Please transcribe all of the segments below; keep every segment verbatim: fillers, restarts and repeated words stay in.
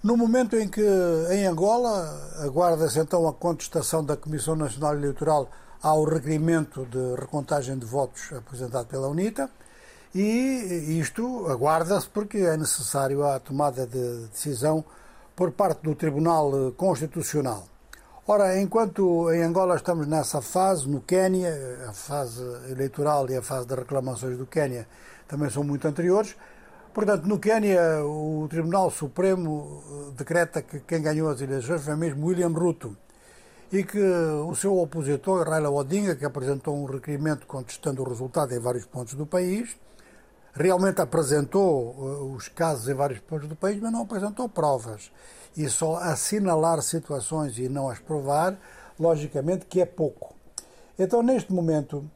No momento em que, em Angola, aguarda-se então a contestação da Comissão Nacional Eleitoral ao requerimento de recontagem de votos apresentado pela UNITA, e isto aguarda-se porque é necessário a tomada de decisão por parte do Tribunal Constitucional. Ora, enquanto em Angola estamos nessa fase, no Quénia, a fase eleitoral e a fase de reclamações do Quénia também são muito anteriores. Portanto, no Quénia, o Tribunal Supremo decreta que quem ganhou as eleições foi mesmo William Ruto e que o seu opositor, Raila Odinga, que apresentou um requerimento contestando o resultado em vários pontos do país, realmente apresentou os casos em vários pontos do país, mas não apresentou provas. E só assinalar situações e não as provar, logicamente que é pouco. Então, neste momento,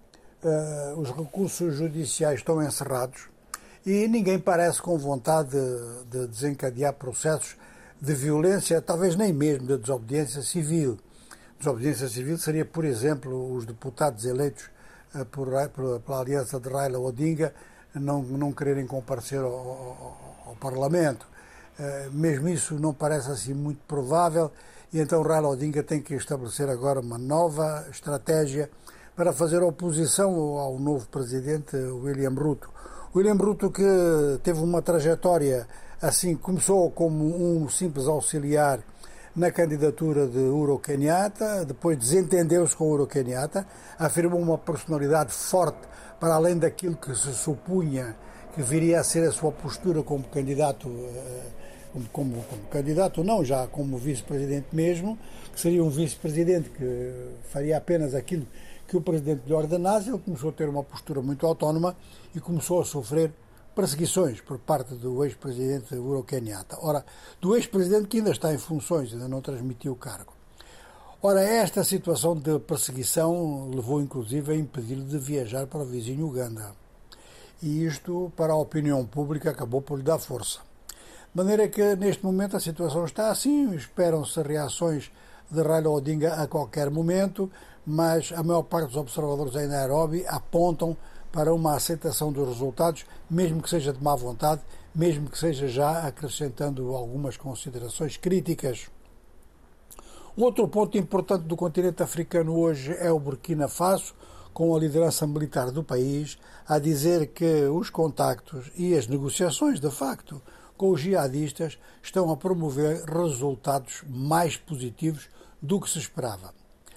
os recursos judiciais estão encerrados e ninguém parece com vontade de, de desencadear processos de violência, talvez nem mesmo de desobediência civil. Desobediência civil seria, por exemplo, os deputados eleitos por, por, pela aliança de Raila Odinga não, não quererem comparecer ao, ao, ao Parlamento. Mesmo isso não parece assim muito provável e então Raila Odinga tem que estabelecer agora uma nova estratégia para fazer oposição ao novo presidente William Ruto. William Ruto, que teve uma trajetória assim, começou como um simples auxiliar na candidatura de Uhuru Kenyatta, depois desentendeu-se com Uhuru Kenyatta, afirmou uma personalidade forte para além daquilo que se supunha que viria a ser a sua postura como candidato, como, como, como candidato não, já como vice-presidente mesmo, que seria um vice-presidente que faria apenas aquilo que o presidente lhe ordenasse. Ele começou a ter uma postura muito autónoma e começou a sofrer perseguições por parte do ex-presidente Uhuru Kenyatta. Ora, do ex-presidente que ainda está em funções, ainda não transmitiu o cargo. Ora, esta situação de perseguição levou inclusive a impedir-lhe de viajar para o vizinho Uganda. E isto, para a opinião pública, acabou por lhe dar força. De maneira que, neste momento, a situação está assim, esperam-se reações de Raila Odinga a qualquer momento, mas a maior parte dos observadores em Nairobi apontam para uma aceitação dos resultados, mesmo que seja de má vontade, mesmo que seja já acrescentando algumas considerações críticas. Outro ponto importante do continente africano hoje é o Burkina Faso, com a liderança militar do país a dizer que os contactos e as negociações, de facto, com os jihadistas estão a promover resultados mais positivos do que se esperava.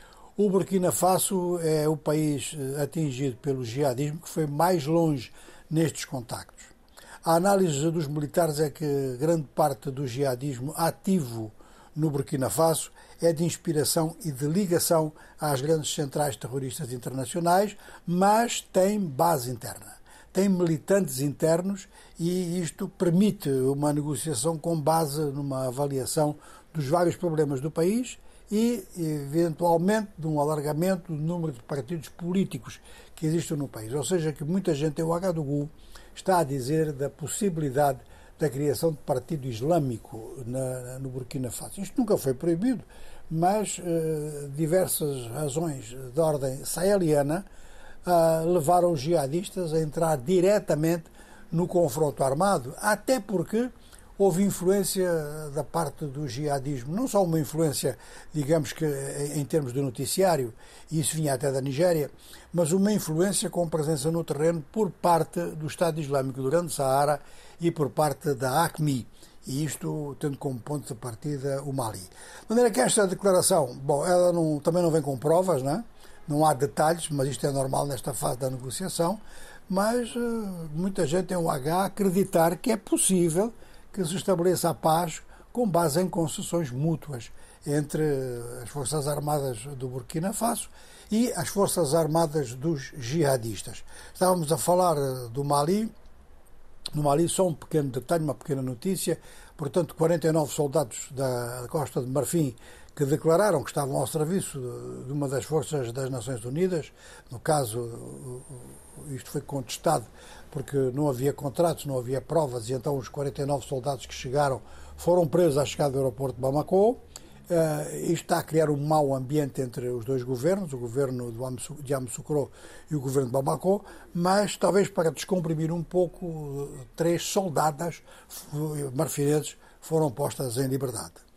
O Burkina Faso é o país atingido pelo jihadismo que foi mais longe nestes contactos. A análise dos militares é que grande parte do jihadismo ativo no Burkina Faso é de inspiração e de ligação às grandes centrais terroristas internacionais, mas tem base interna. Tem militantes internos e isto permite uma negociação com base numa avaliação dos vários problemas do país e, eventualmente, de um alargamento do número de partidos políticos que existem no país. Ou seja, que muita gente em Ouagadougou está a dizer da possibilidade da criação de partido islâmico na, no Burkina Faso. Isto nunca foi proibido, mas eh, diversas razões de ordem saheliana eh, levaram os jihadistas a entrar diretamente no confronto armado, até porque houve influência da parte do jihadismo, não só uma influência, digamos que em termos de noticiário, e isso vinha até da Nigéria, mas uma influência com presença no terreno por parte do Estado Islâmico do Grande Saara e por parte da A Q M I, e isto tendo como ponto de partida o Mali. De maneira que esta declaração, bom, ela não, também não vem com provas, não é? Não há detalhes, mas isto é normal nesta fase da negociação, mas uh, muita gente tem o H a acreditar que é possível que se estabeleça a paz com base em concessões mútuas entre as Forças Armadas do Burkina Faso e as Forças Armadas dos jihadistas. Estávamos a falar do Mali. No Mali, só um pequeno detalhe, uma pequena notícia. Portanto, quarenta e nove soldados da Costa de Marfim que declararam que estavam ao serviço de uma das forças das Nações Unidas. No caso, isto foi contestado porque não havia contratos, não havia provas, e então os quarenta e nove soldados que chegaram foram presos à chegada do aeroporto de Bamako. Uh, isto está a criar um mau ambiente entre os dois governos, o governo de Yamoussoukro e o governo de Bamako, mas talvez para descomprimir um pouco, três soldadas marfineses foram postas em liberdade.